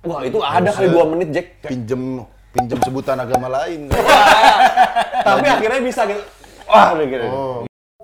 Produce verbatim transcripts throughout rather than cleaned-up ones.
Wah itu ada kali dua menit Jack. Pinjem pinjem sebutan agama lain. Tapi akhirnya bisa gitu. Wah gitu. Oh.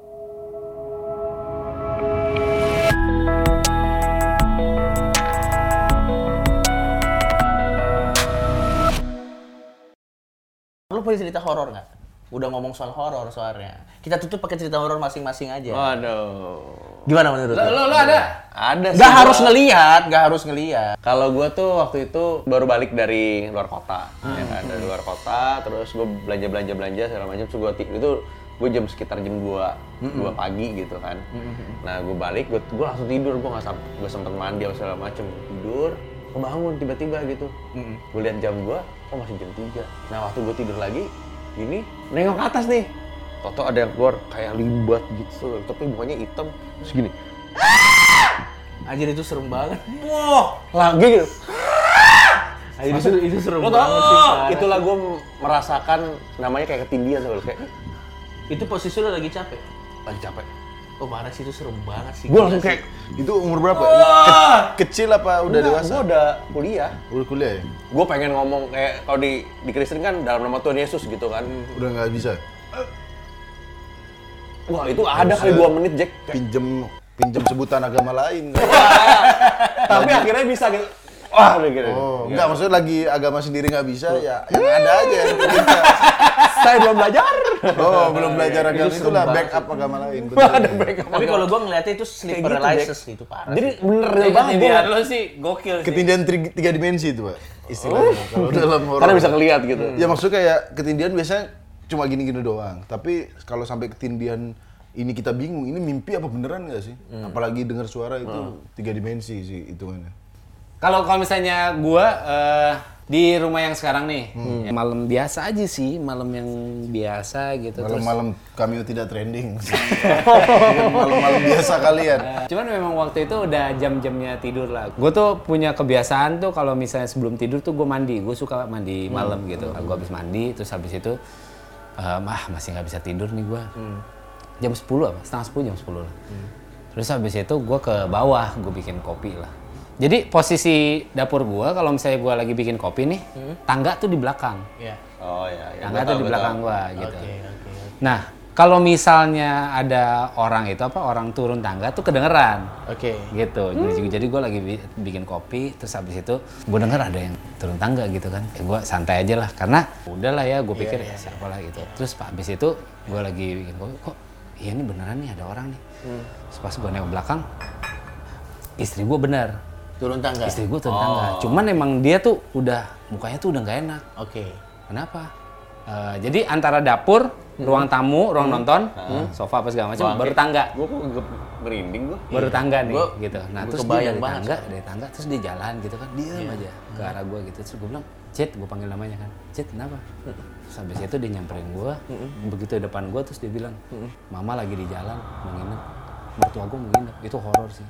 Lu punya cerita horor nggak? Udah ngomong soal horor soalnya. Kita tutup pakai cerita horor masing-masing aja. Waduh. Gimana menurut lu? Lo, lo ada? Ada sih. Gak harus ngelihat, gak harus ngelihat. Kalau gue tuh waktu itu baru balik dari luar kota, hmm. ya kan, dari luar kota, terus gue belanja belanja belanja segala macam. Terus gue itu gue jam sekitar jam dua, hmm. dua pagi gitu kan. Hmm. Nah gue balik, gue gue langsung tidur, gue nggak sampai, gue sempet mandi atau segala macam, tidur. Gue bangun tiba-tiba gitu, hmm. gue lihat jam gue, oh masih jam tiga. Nah waktu gue tidur lagi, ini nengok ke atas nih. Toto ada yang keluar kayak limbat gitu, tapi mukanya hitam, terus gini. Anjir itu serem banget. Wah, lagi gitu. Anjir itu, itu serem lo banget sih. Itulah gue merasakan namanya kayak ketindihan soalnya kayak. Itu posisi lo lagi capek? Lagi capek. Oh parah sih itu serem banget sih. Gue langsung kayak, itu umur berapa? Ke- kecil apa udah enggak, dewasa? Gue udah kuliah. Udah kuliah ya? Gue pengen ngomong kayak kalau di di Kristen kan dalam nama Tuhan Yesus gitu kan. Udah nggak bisa. Wah itu ada kali dua menit Jack. Pinjem pinjem sebutan agama lain. Tapi akhirnya bisa gitu. Wah gitu. Oh, enggak maksudnya lagi agama sendiri nggak bisa ya yang ada aja yang bisa. Saya belum belajar. Oh, belum belajar agama itulah backup agama lain. Ada backup. Tapi kalau gue ngeliatnya itu sleep Kayak gitu, paralysis itu parah. Jadi bener Jadi banget gue. ketindihan lo sih gokil sih. Ketindihan tri- tiga dimensi itu, Pak. Istilahnya kalau dalam horor. Karena bisa ngeliat gitu. Ya maksudnya kayak ketindihan biasanya cuma gini-gini doang. Tapi kalau sampai ketindihan ini kita bingung, ini mimpi apa beneran nggak sih? Hmm. Apalagi dengar suara itu hmm. tiga dimensi sih hitungannya. Kalau kalau misalnya gua uh, di rumah yang sekarang nih, hmm. ya, malam biasa aja sih, malam yang biasa gitu. Malam-malam kami tidak trending. Malam-malam biasa kalian. Uh, cuman memang waktu itu udah jam-jamnya tidur lah. Gue tuh punya kebiasaan tuh kalau misalnya sebelum tidur tuh gue mandi, gue suka mandi hmm. malam gitu. Hmm. Gue habis mandi, terus habis itu, um, ah masih nggak bisa tidur nih gue. Hmm. Jam sepuluh apa? Setengah sepuluh jam sepuluh lah. Hmm. Terus habis itu gue ke bawah, gue bikin kopi lah. Jadi posisi dapur gua kalau misalnya gua lagi bikin kopi nih, hmm? tangga tuh di belakang. Iya. Oh iya, iya. Tangga tuh di belakang gua gitu. Okay, okay. Nah, kalau misalnya ada orang itu apa orang turun tangga tuh kedengeran. Oke. Okay. Gitu. Hmm. Jadi, jadi gua lagi bikin kopi, terus habis itu gua denger ada yang turun tangga gitu kan. Ya gua santai aja lah karena udahlah ya gua pikir yeah, yeah, ya siapa lah gitu. Terus Pak habis itu gua lagi bikin kopi, kok iya ini beneran nih ada orang nih. Hmm. Terus pas gua nengok belakang, istri gua bener. Turun tangga? Istri gue turun oh. tangga, cuman emang dia tuh udah, mukanya tuh udah gak enak. Oke. Okay. Kenapa? Uh, jadi antara dapur, hmm. ruang tamu, ruang hmm. nonton, hmm. sofa apa segala macam, baru tangga. Gue kok merinding gue. Baru tangga nih, gua, gitu. Nah terus dia dari tangga, dari tangga, terus dia jalan gitu kan, diam yeah. aja ke arah gue gitu. Terus gue bilang, Cit, gue panggil namanya kan, Cit kenapa? Terus habis itu dia nyamperin gue, begitu depan gue terus dia bilang, Mama lagi di jalan, mau nginep, mertua gue mau nginep, itu horor sih.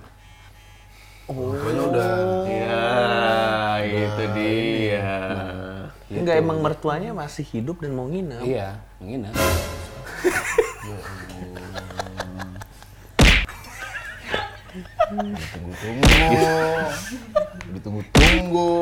Oh, kayaknya udah. Iya, itu dia. Nah, enggak emang mertuanya masih hidup dan mau nginep. Iya, mau nginep. Ditunggu-tunggu. Ditunggu-tunggu.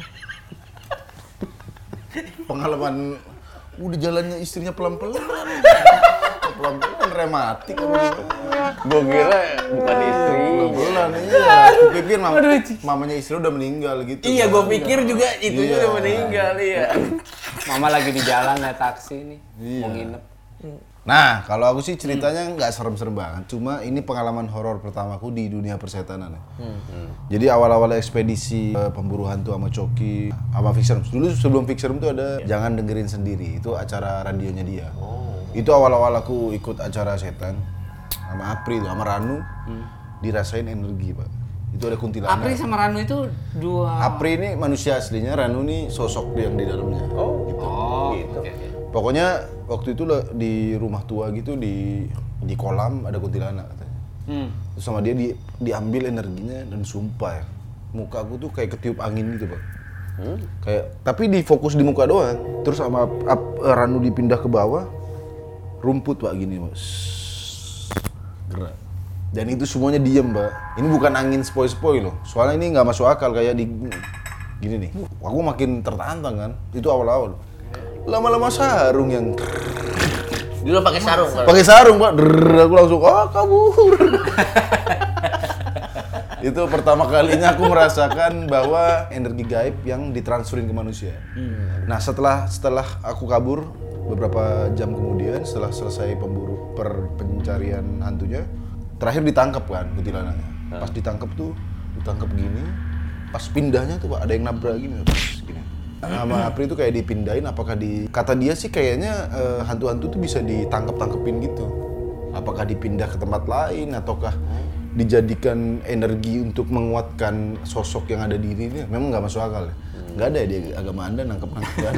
Pengalaman udah jalannya istrinya pelan-pelan. Pelan-pelan rematik apa gue kira bukan istri. Pelan-pelan iya. Gue pikir mam mamanya istri udah meninggal gitu. Iya, gue pikir juga itu iya. udah meninggal iya. Mama lagi di jalan naik taksi nih, iya. mau nginep. Nah, kalau aku sih ceritanya nggak hmm. serem-serem banget. Cuma ini pengalaman horor pertamaku di dunia persetanan. Ya. Hmm. Hmm. Jadi awal-awal ekspedisi uh, pemburu hantu sama Coki, sama Fixer. Dulu sebelum Fixer itu ada yeah. Jangan Dengerin Sendiri. Itu acara radionya dia. Oh. Itu awal-awal aku ikut acara setan sama Apri, sama Ranu. Hmm. Dirasain energi, Pak. Itu ada kuntilanak. Apri sama Ranu itu dua. Apri ini manusia aslinya, Ranu ini sosok yang di dalamnya. Oh, gitu. Oh, gitu. Okay, okay. Pokoknya waktu itu di rumah tua gitu di di kolam ada kuntilanak katanya. Hmm. Terus sama dia di, diambil energinya dan sumpah ya, muka aku tuh kayak ketiup angin gitu, Pak. Hmm? Kayak tapi difokus di muka doang. Terus sama ap, Ranu dipindah ke bawah, rumput Pak gini, Pak. Gerak. Dan itu semuanya diem, Pak. Ini bukan angin sepoi-sepoi loh. Soalnya ini nggak masuk akal kayak di Gini nih, aku makin tertantang kan. Itu awal-awal. Lama-lama sarung yang Dulu pakai sarung. kalau- pakai sarung, Pak. Drrrr, aku langsung oh kabur. Itu pertama kalinya aku merasakan bahwa energi gaib yang ditransferin ke manusia. Hmm. Nah, setelah setelah aku kabur beberapa jam kemudian, setelah selesai pemburu per pencarian hantunya, terakhir ditangkap kan kuntilanaknya. Pas ditangkap tuh, ditangkap gini, pas pindahnya tuh Pak, ada yang nabrak gini, pas gini. Sama Apri itu kayak dipindahin, apakah di kata dia sih kayaknya eh, hantu-hantu tuh bisa ditangkap-tangkepin gitu. Apakah dipindah ke tempat lain ataukah dijadikan energi untuk menguatkan sosok yang ada di dirinya? Memang nggak masuk akal ya. Nggak ada ya di agama Anda nangkep-nangkep, nggak ada.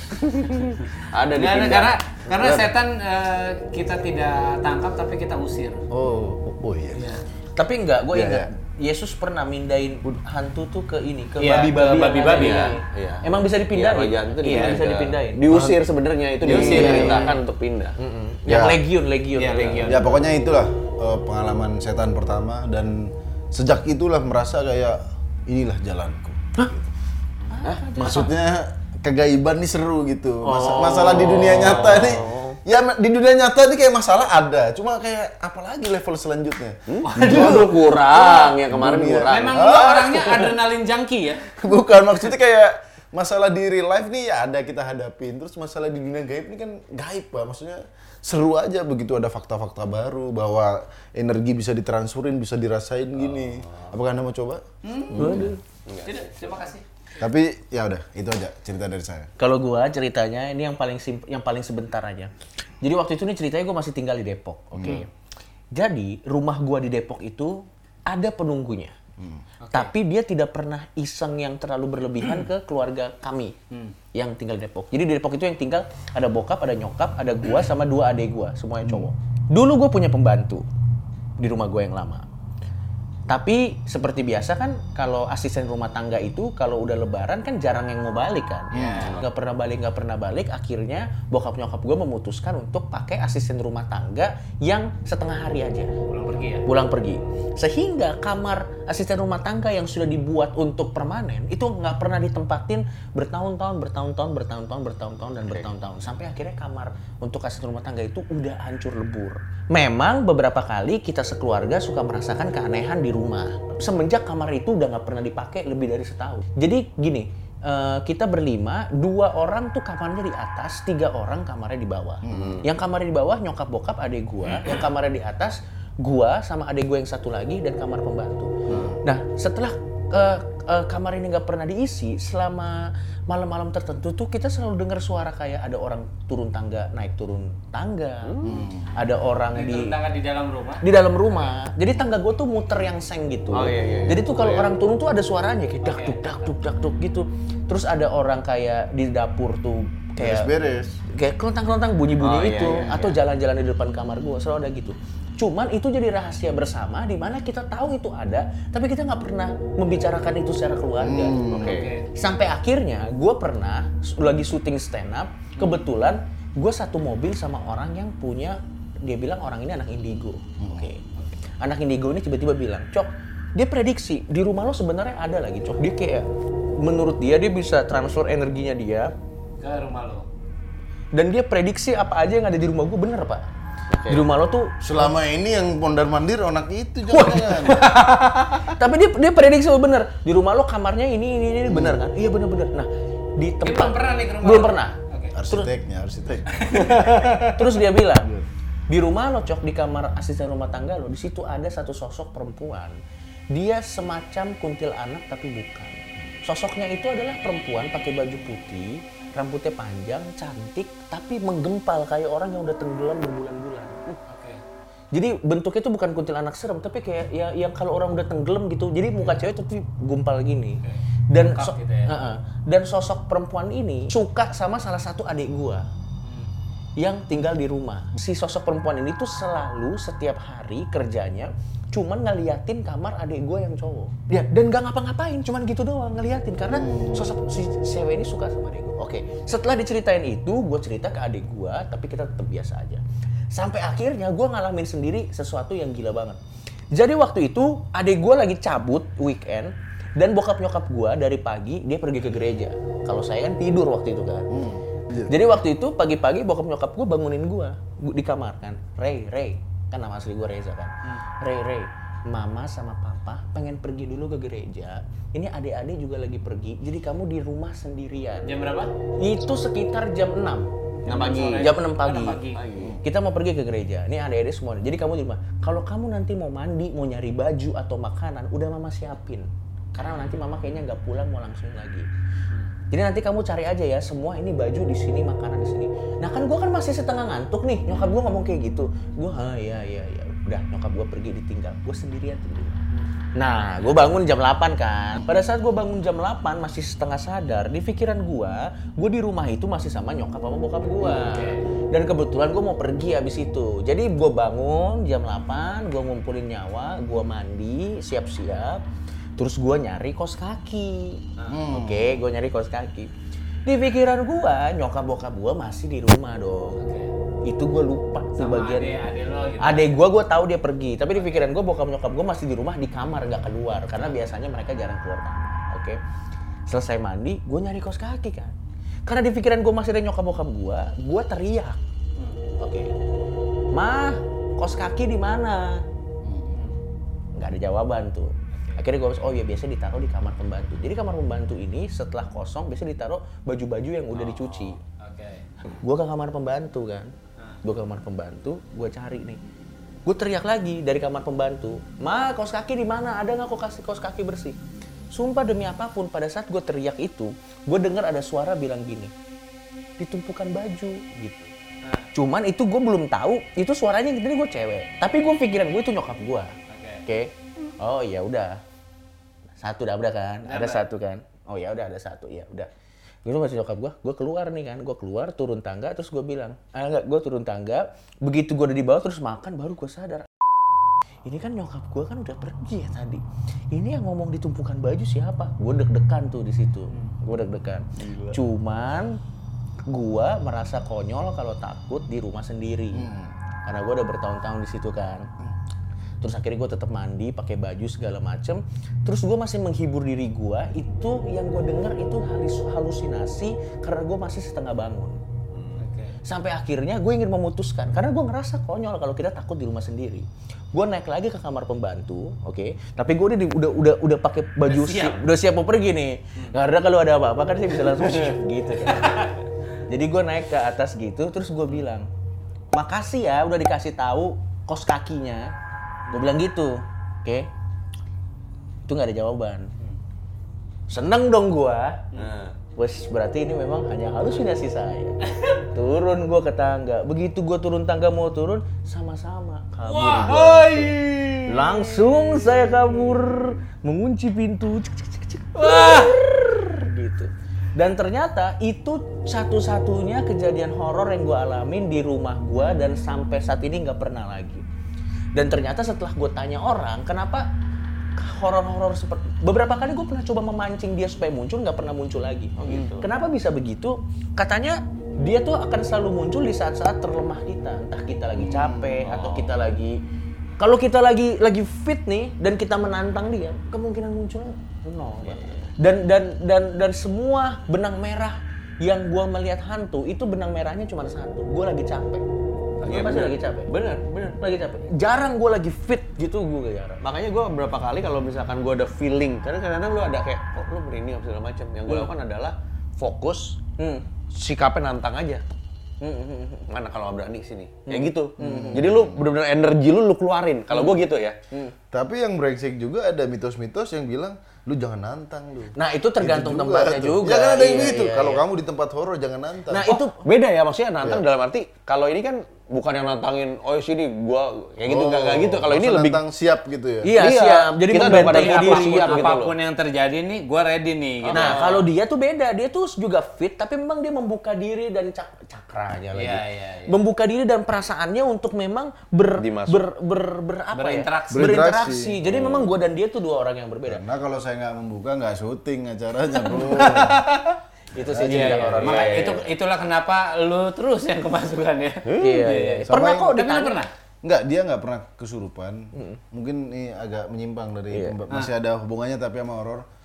Ada di Nggak ada, pindah. karena karena setan eh, kita tidak tangkap tapi kita usir. Oh, oh iya. Tapi enggak, gue Iya, ingat iya. Yesus pernah mindahin hantu tuh ke ini, ke Iya, babi-babi. ke yang babi-babi, ada di- iya, iya. Emang bisa dipindahin? Iya, Raja itu Iya, dipindahin bisa ke- dipindahin. Diusir sebenarnya itu Diusir. diperintahkan untuk pindah. Yang Ya. legion, legion. Iya, legion. Ya pokoknya itulah eh, pengalaman setan pertama, dan sejak itulah merasa kayak inilah jalanku. Gitu. Maksudnya kegaiban nih seru gitu. Mas- masalah di dunia nyata nih. Ya di dunia nyata nih kayak masalah ada, cuma kayak apalagi level selanjutnya. Waduh, kurang. Yang kemarin Dunia. kurang. Memang lu orangnya adrenalin junkie ya? Bukan, maksudnya kayak masalah di real life nih ya ada kita hadapin. Terus masalah di dunia gaib nih kan gaib, Pak. Maksudnya seru aja begitu ada fakta-fakta baru bahwa energi bisa ditransferin, bisa dirasain gini. Apakah Anda mau coba? Tidak, terima kasih. Tapi ya udah, itu aja cerita dari saya. Kalau gua ceritanya ini yang paling sim- yang paling sebentar aja. Jadi waktu itu nih ceritanya gua masih tinggal di Depok, oke. Jadi rumah gua di Depok itu ada penunggunya. Tapi dia tidak pernah iseng yang terlalu berlebihan ke keluarga kami yang tinggal di Depok. Jadi di Depok itu yang tinggal ada bokap, ada nyokap, ada gua sama dua adik gua, semuanya cowok. Dulu gua punya pembantu di rumah gua yang lama. Tapi seperti biasa kan kalau asisten rumah tangga itu kalau udah lebaran kan jarang yang mau balik kan. Nggak pernah balik, nggak pernah balik. Akhirnya bokap nyokap gue memutuskan untuk pakai asisten rumah tangga yang setengah hari aja. Pulang pergi ya? Pulang pergi. Sehingga kamar asisten rumah tangga yang sudah dibuat untuk permanen itu nggak pernah ditempatin bertahun-tahun, bertahun-tahun, bertahun-tahun, bertahun-tahun, dan bertahun-tahun. Sampai akhirnya kamar untuk asisten rumah tangga itu udah hancur lebur. Memang beberapa kali kita sekeluarga suka merasakan keanehan di rumah. Semenjak kamar itu udah nggak pernah dipakai lebih dari setahun. Jadi gini, eh, kita berlima, dua orang tuh kamarnya di atas, tiga orang kamarnya di bawah. Yang kamarnya di bawah nyokap bokap adik gua, yang kamarnya di atas gua sama adik gua yang satu lagi dan kamar pembantu. Nah setelah eh, eh, kamar ini nggak pernah diisi, selama malam-malam tertentu tuh kita selalu dengar suara kayak ada orang turun tangga, naik turun tangga, ada orang Naik di turun tangga di dalam rumah. di dalam rumah. Jadi tangga gue tuh muter yang seng gitu. Oh, iya, iya, iya. Jadi tuh kalau orang turun tuh ada suaranya kayak dak duk dak duk dak duk gitu. Terus ada orang kayak di dapur tuh kayak Beres-beres. kayak kelentang-kelentang bunyi-bunyi Oh, iya, itu iya, atau jalan-jalan di depan kamar gue selalu ada gitu. Cuman itu jadi rahasia bersama di mana kita tahu itu ada, tapi kita nggak pernah membicarakan itu secara keluarga. Oke. Sampai akhirnya gue pernah lagi syuting stand up, kebetulan gue satu mobil sama orang yang punya, dia bilang orang ini anak indigo. Oke. Anak indigo ini tiba-tiba bilang, Cok, dia prediksi di rumah lo sebenarnya ada lagi, Cok. Dia kayak menurut dia dia bisa transfer energinya dia Ke rumah lo. dan dia prediksi apa aja yang ada di rumah gue bener, Pak. Di rumah lo tuh Selama ini yang mondar-mandir anak itu jangan-jangan. tapi dia dia prediksi bener. Di rumah lo kamarnya ini ini ini bener kan? Iya bener-bener. Nah, di Dia tempat belum pernah nih ke rumah belum lo? pernah. Oke. Arsiteknya, arsitek. Terus dia bilang, di rumah lo, Cok, di kamar asisten rumah tangga lo, di situ ada satu sosok perempuan. Dia semacam kuntilanak tapi bukan. Sosoknya itu adalah perempuan pakai baju putih, rambutnya panjang, cantik, tapi menggempal kayak orang yang udah tenggelam berbulan-bulan. Uh, Oke. Jadi bentuknya itu bukan kuntilanak serem, tapi kayak ya yang kalau orang udah tenggelam gitu. Jadi muka cewek tapi gumpal gini. Dan Lengkap so- gitu ya. uh-uh. dan sosok perempuan ini suka sama salah satu adik gua yang tinggal di rumah. Si sosok perempuan ini tuh selalu setiap hari kerjanya cuman ngeliatin kamar adik gue yang cowok. Ya, dan gak ngapa-ngapain, cuman gitu doang ngeliatin karena sosok si cewek ini suka sama adik gue. Oke, setelah diceritain itu, gue cerita ke adik gue, tapi kita tetap biasa aja. Sampai akhirnya gue ngalamin sendiri sesuatu yang gila banget. Jadi waktu itu adik gue lagi cabut weekend, Dan bokap nyokap gua dari pagi dia pergi ke gereja. Kalau saya kan tidur waktu itu kan. Hmm. Jadi waktu itu pagi-pagi bokap nyokap gua bangunin gua di kamar kan. Ray, Ray, kan nama asli gua Reza kan. Hmm. Ray, Ray, mama sama papa pengen pergi dulu ke gereja. Ini adik-adik juga lagi pergi. Jadi kamu di rumah sendirian. Jam berapa? Itu sekitar jam enam. enam pagi. Jam enam pagi. pagi. Kita mau pergi ke gereja. Ini adik-adik semua. Jadi kamu di rumah. Kalau kamu nanti mau mandi, mau nyari baju atau makanan, udah mama siapin. Karena nanti mama kayaknya nggak pulang, mau langsung lagi. Jadi nanti kamu cari aja ya, semua ini baju di sini, makanan di sini. Nah kan gua kan masih setengah ngantuk nih. Nyokap gua ngomong kayak gitu. Gua, ah iya iya iya. Udah, nyokap gua pergi ditinggal. Gua sendirian tuh di rumah. Nah, gue bangun jam delapan kan. Pada saat gue bangun jam delapan masih setengah sadar, di pikiran gue, gue di rumah itu masih sama nyokap sama bokap gue. Dan kebetulan gue mau pergi abis itu. Jadi gue bangun jam delapan, gue ngumpulin nyawa, gue mandi, siap-siap. Terus gue nyari kos kaki. Hmm. Oke, okay, gue nyari kos kaki. Di pikiran gue, nyokap bokap gue masih di rumah dong. Okay. Itu gue lupa tuh bagian. Adek, adek lo gitu. Adek gue, gue tahu dia pergi. Tapi di pikiran gue, bokap nyokap gue masih di rumah di kamar, nggak keluar. Karena biasanya mereka jarang keluar kamar. Oke. Okay. Selesai mandi, gue nyari kos kaki kan. Karena di pikiran gue masih ada nyokap bokap gue, gue teriak. Hmm. Oke. Okay. Mah, kos kaki di mana? Nggak ada jawaban tuh. Akhirnya gue, oh ya biasa ditaruh di kamar pembantu. Jadi kamar pembantu ini setelah kosong biasa ditaruh baju-baju yang udah dicuci. Oh, Oke. Okay. Gue ke kamar pembantu kan. Gue ke kamar pembantu, gue cari nih. Gue teriak lagi dari kamar pembantu, Ma, kaos kaki di mana? Ada nggak kok kasih kaos kaki bersih? Sumpah demi apapun, pada saat gue teriak itu, gue dengar ada suara bilang gini, ditumpukan baju gitu. Nah. Cuman itu gue belum tahu, itu suaranya gitu, gue cewek. Tapi gue pikiran gue itu nyokap gue. Oke. Okay. Okay. Oh ya udah, satu udah ada kan? Ada satu kan? Oh ya udah ada satu, ya udah. Gue masih nyokap gue, gue keluar nih kan, gue keluar turun tangga terus gue bilang, ah enggak, gue turun tangga, begitu gue udah di bawah terus makan baru gue sadar, ini kan nyokap gue kan udah pergi ya tadi, ini yang ngomong ditumpukan baju siapa? Gue deg-degan tuh di situ, gue deg-degan. Cuman gue merasa konyol kalau takut di rumah sendiri, hmm. karena gue udah bertahun-tahun di situ kan. Terus akhirnya gue tetap mandi, pakai baju segala macem. Terus gue masih menghibur diri gue. Itu yang gue dengar itu halusinasi karena gue masih setengah bangun. Okay. Sampai akhirnya gue ingin memutuskan karena gue ngerasa konyol kalau kita takut di rumah sendiri. Gue naik lagi ke kamar pembantu, oke. Okay? Tapi gue udah udah udah udah pakai baju udah siap. Si, udah siap mau pergi nih. Hmm. Karena kalau ada apa-apa kan saya bisa langsung gitu kan. Jadi gue naik ke atas gitu, terus gue bilang, makasih ya udah dikasih tahu kos kakinya. Gue bilang gitu, oke? Okay? Itu nggak ada jawaban. Seneng dong gue. Nah. Wes berarti ini memang hanya halusinasi saya. Turun gue ke tangga. Begitu gue turun tangga mau turun, sama-sama kabur. Wah, langsung saya kabur, mengunci pintu. Cik, cik, cik, cik. Wah, gitu. Dan ternyata itu satu-satunya kejadian horor yang gue alamin di rumah gue dan sampai saat ini nggak pernah lagi. Dan ternyata setelah gue tanya orang, kenapa horor-horor seperti... Beberapa kali gue pernah coba memancing dia supaya muncul, nggak pernah muncul lagi. Oh, gitu. Kenapa bisa begitu? Katanya dia tuh akan selalu muncul di saat-saat terlemah kita. Entah kita lagi capek, oh. atau kita lagi... Kalau kita lagi lagi fit nih, dan kita menantang dia, kemungkinan munculnya nol. Yeah. Dan, dan, dan, dan semua benang merah yang gue melihat hantu, itu benang merahnya cuma satu. Gue lagi capek. Gue pasti lagi capek. Bener, bener. Lagi capek. Jarang gue lagi fit gitu, gue gak jarang. Makanya gue beberapa kali kalau misalkan gue ada feeling, karena kadang-kadang lu ada kayak, kok lu merinding apa segala macam. Yang gue hmm. lakukan adalah fokus, hmm. sikapnya nantang aja. Hmm. Mana kalau berani sini, hmm. kayak gitu. Hmm. Jadi lu bener-bener energi lu lu keluarin. Kalau hmm. gue gitu ya. Hmm. Tapi yang brengsek juga ada mitos-mitos yang bilang, lu jangan nantang lu. Nah itu tergantung itu juga, tempatnya juga. Jangan ada yang iya, gitu. Iya, kalau iya. kamu di tempat horor jangan nantang. Nah oh, itu beda ya maksudnya nantang iya. dalam arti kalau ini kan bukan yang nantangin, oh sini gua kayak gitu, nggak oh, gitu. Kalau ini lebih nantang siap gitu ya. Iya, iya. siap. Jadi kita membentengi diri. Siap, gitu apapun loh. Yang terjadi nih, gua ready nih. Gitu. Nah kalau dia tuh beda, dia tuh juga fit, tapi memang dia membuka diri dan cak cakranya lagi, iya, iya, iya. membuka diri dan perasaannya untuk memang ber ber, ber, ber apa berinteraksi. ya, berinteraksi. Jadi hmm. memang gua dan dia tuh dua orang yang berbeda. Karena kalau saya nggak membuka nggak syuting acaranya bro. Itu sih iya, iya, orang. Maka itu itulah kenapa lu terus yang kemasukan ya. Iya, iya. Pernah kok ditanya. Pernah? Enggak, dia nggak pernah kesurupan. Hmm. Mungkin ini agak menyimpang dari iya. masih ada hubungannya tapi sama horor.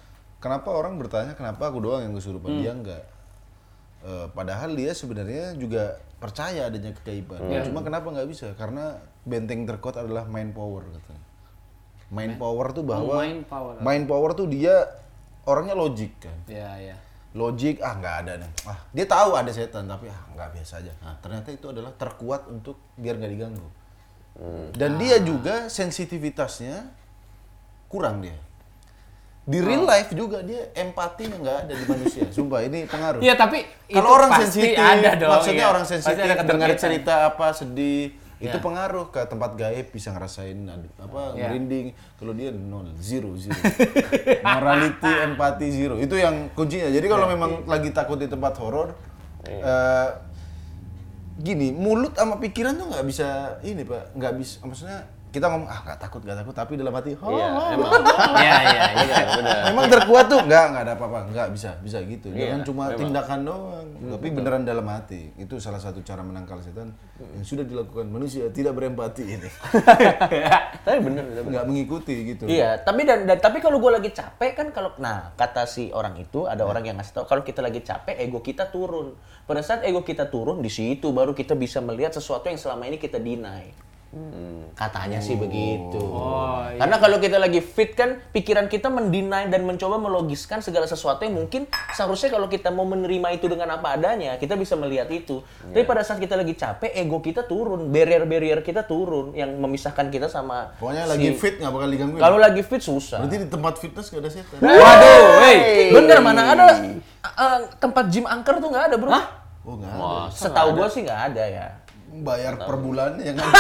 kenapa orang bertanya kenapa aku doang yang kesurupan, Hmm. dia enggak. Eh, padahal dia sebenarnya juga percaya adanya kegaiban. Hmm. Cuma kenapa nggak bisa? Karena benteng terkuat adalah mind power katanya. Mind power tuh bahwa Oh, mind power. mind power tuh dia orangnya logik kan. Iya, iya. Logik ah nggak ada nih. Ah dia tahu ada setan tapi ah nggak biasa aja. Nah ternyata itu adalah terkuat untuk biar nggak diganggu. Dan dia juga sensitivitasnya kurang dia. Di real life juga dia empatinya nggak ada di manusia. Sumpah ini pengaruh. Iya, tapi itu Kalau orang pasti sensitif, ada dong, maksudnya iya. orang Pasti sensitif ada dengar keterkaitan. cerita apa sedih, itu Iya. pengaruh ke tempat gaib bisa ngerasain ad- apa Iya. merinding. Kalau dia nol, zero, zero. Morality, empati zero. Itu yang kuncinya. Jadi kalau memang lagi takut di tempat horor, eh, gini, mulut sama pikiran tuh nggak bisa ini pak, nggak bisa. Maksudnya kita ngomong ah nggak takut nggak takut, tapi dalam hati, oh, Iya, oh, emang. Iya, iya, iya. Iya, benar. memang terkuat tuh nggak nggak ada apa-apa, nggak bisa bisa gitu. Iya, Jangan cuma memang. tindakan doang, tapi beneran dalam hati. Itu salah satu cara menangkal setan yang sudah dilakukan manusia tidak berempati ini, Tapi bener, bener, bener. nggak mengikuti gitu. Iya, tapi dan, dan tapi kalau gue lagi capek kan kalau nah kata si orang itu ada orang yang ngasih tahu kalau kita lagi capek ego kita turun. Pada saat ego kita turun di situ baru kita bisa melihat sesuatu yang selama ini kita deny. Katanya sih begitu. Oh, iya. Karena kalau kita lagi fit kan pikiran kita mendinai dan mencoba melogiskan segala sesuatu yang mungkin seharusnya kalau kita mau menerima itu dengan apa adanya, kita bisa melihat itu. Tapi pada saat kita lagi capek, ego kita turun, barrier-barrier kita turun yang memisahkan kita sama Pokoknya si- lagi fit nggak bakal digangguin. Kalau lagi fit susah. Berarti di tempat fitness nggak ada setan. Waduh, hey, bener mana ada uh, tempat gym angker tuh nggak ada bro? Oh nggak ada. Setahu gua sih nggak ada ya. Bayar per bulan yang ada.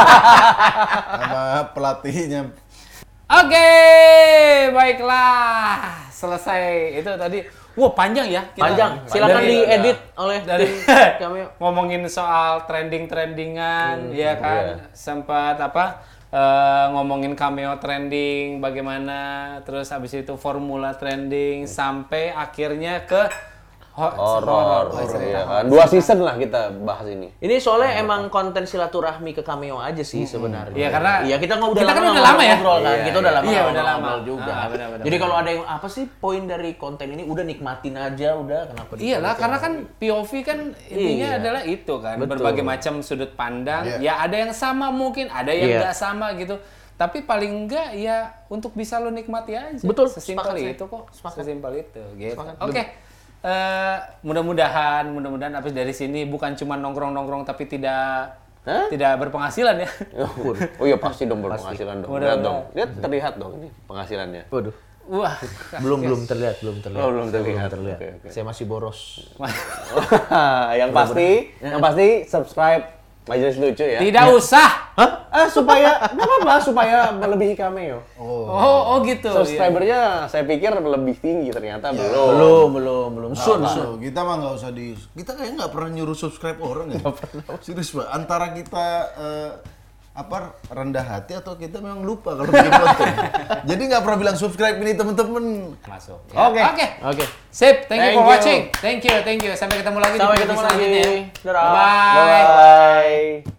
Sama pelatihnya. Oke, baiklah. Selesai. Itu tadi. Wah, panjang ya. kita. Panjang. Silakan Dari- diedit oleh dari tim kami. ngomongin soal trending-trendingan, ya kan, iya. sempat apa eh, ngomongin cameo trending, bagaimana, terus habis itu formula trending, sampai akhirnya ke ho- Horor, horor. horor, iya kan. Dua season lah kita bahas ini. Ini soalnya emang konten silaturahmi ke cameo aja sih sebenarnya. Iya, karena iya kita nggak udah kita lama kan nggak udah lama ya. ngobrol kan. Iya, Kita udah lama iya, nggak udah lama. ngobrol juga. Ah, benar, benar, Jadi benar. kalau ada yang apa sih poin dari konten ini udah nikmatin aja udah kenapa Iyalah, dipolitik? karena kan P O V kan intinya Iya. adalah itu kan, Betul. berbagai macam sudut pandang. Iya. Ya ada yang sama mungkin, ada yang Iya. nggak sama gitu. Tapi paling enggak ya untuk bisa lo nikmati aja. Betul, Sesimpel sepakat saya. itu kok. Sepakat. Sesimpel itu. Gitu. Sepakat. Oke. Eh, mudah-mudahan, mudah-mudahan habis dari sini bukan cuma nongkrong-nongkrong tapi tidak Hah? tidak berpenghasilan ya. Oh iya pasti dong berpenghasilan dong. Mudah-mudahan. Lihat dong. Lihat terlihat dong ini penghasilannya. Waduh. Wah. Belum belum terlihat, belum terlihat. Oh, belum terlihat. terlihat. Oke, oke. Saya masih boros. yang pasti, yang pasti subscribe Majelis Lucu ya. Tidak usah. Hah? Ah, supaya nggak apa-apa supaya melebihi cameo. Oh. Oh, oh gitu. Subscribernya saya pikir lebih tinggi ternyata belum. Belum, belum, belum. Sun, Sun, sun. kita mah nggak usah di, kita kayak nggak pernah nyuruh subscribe orang ya. Serius pak, antara kita eh, apa rendah hati atau kita memang lupa kalau bikin konten. Jadi nggak pernah bilang subscribe ini teman-teman. Masuk. Oke. Oke. Oke. Sip, thank, you Thank for you. watching. Thank you, thank you. Sampai ketemu lagi Sampai di video ketemu selanjutnya. lagi. Dadah. Bye. Bye.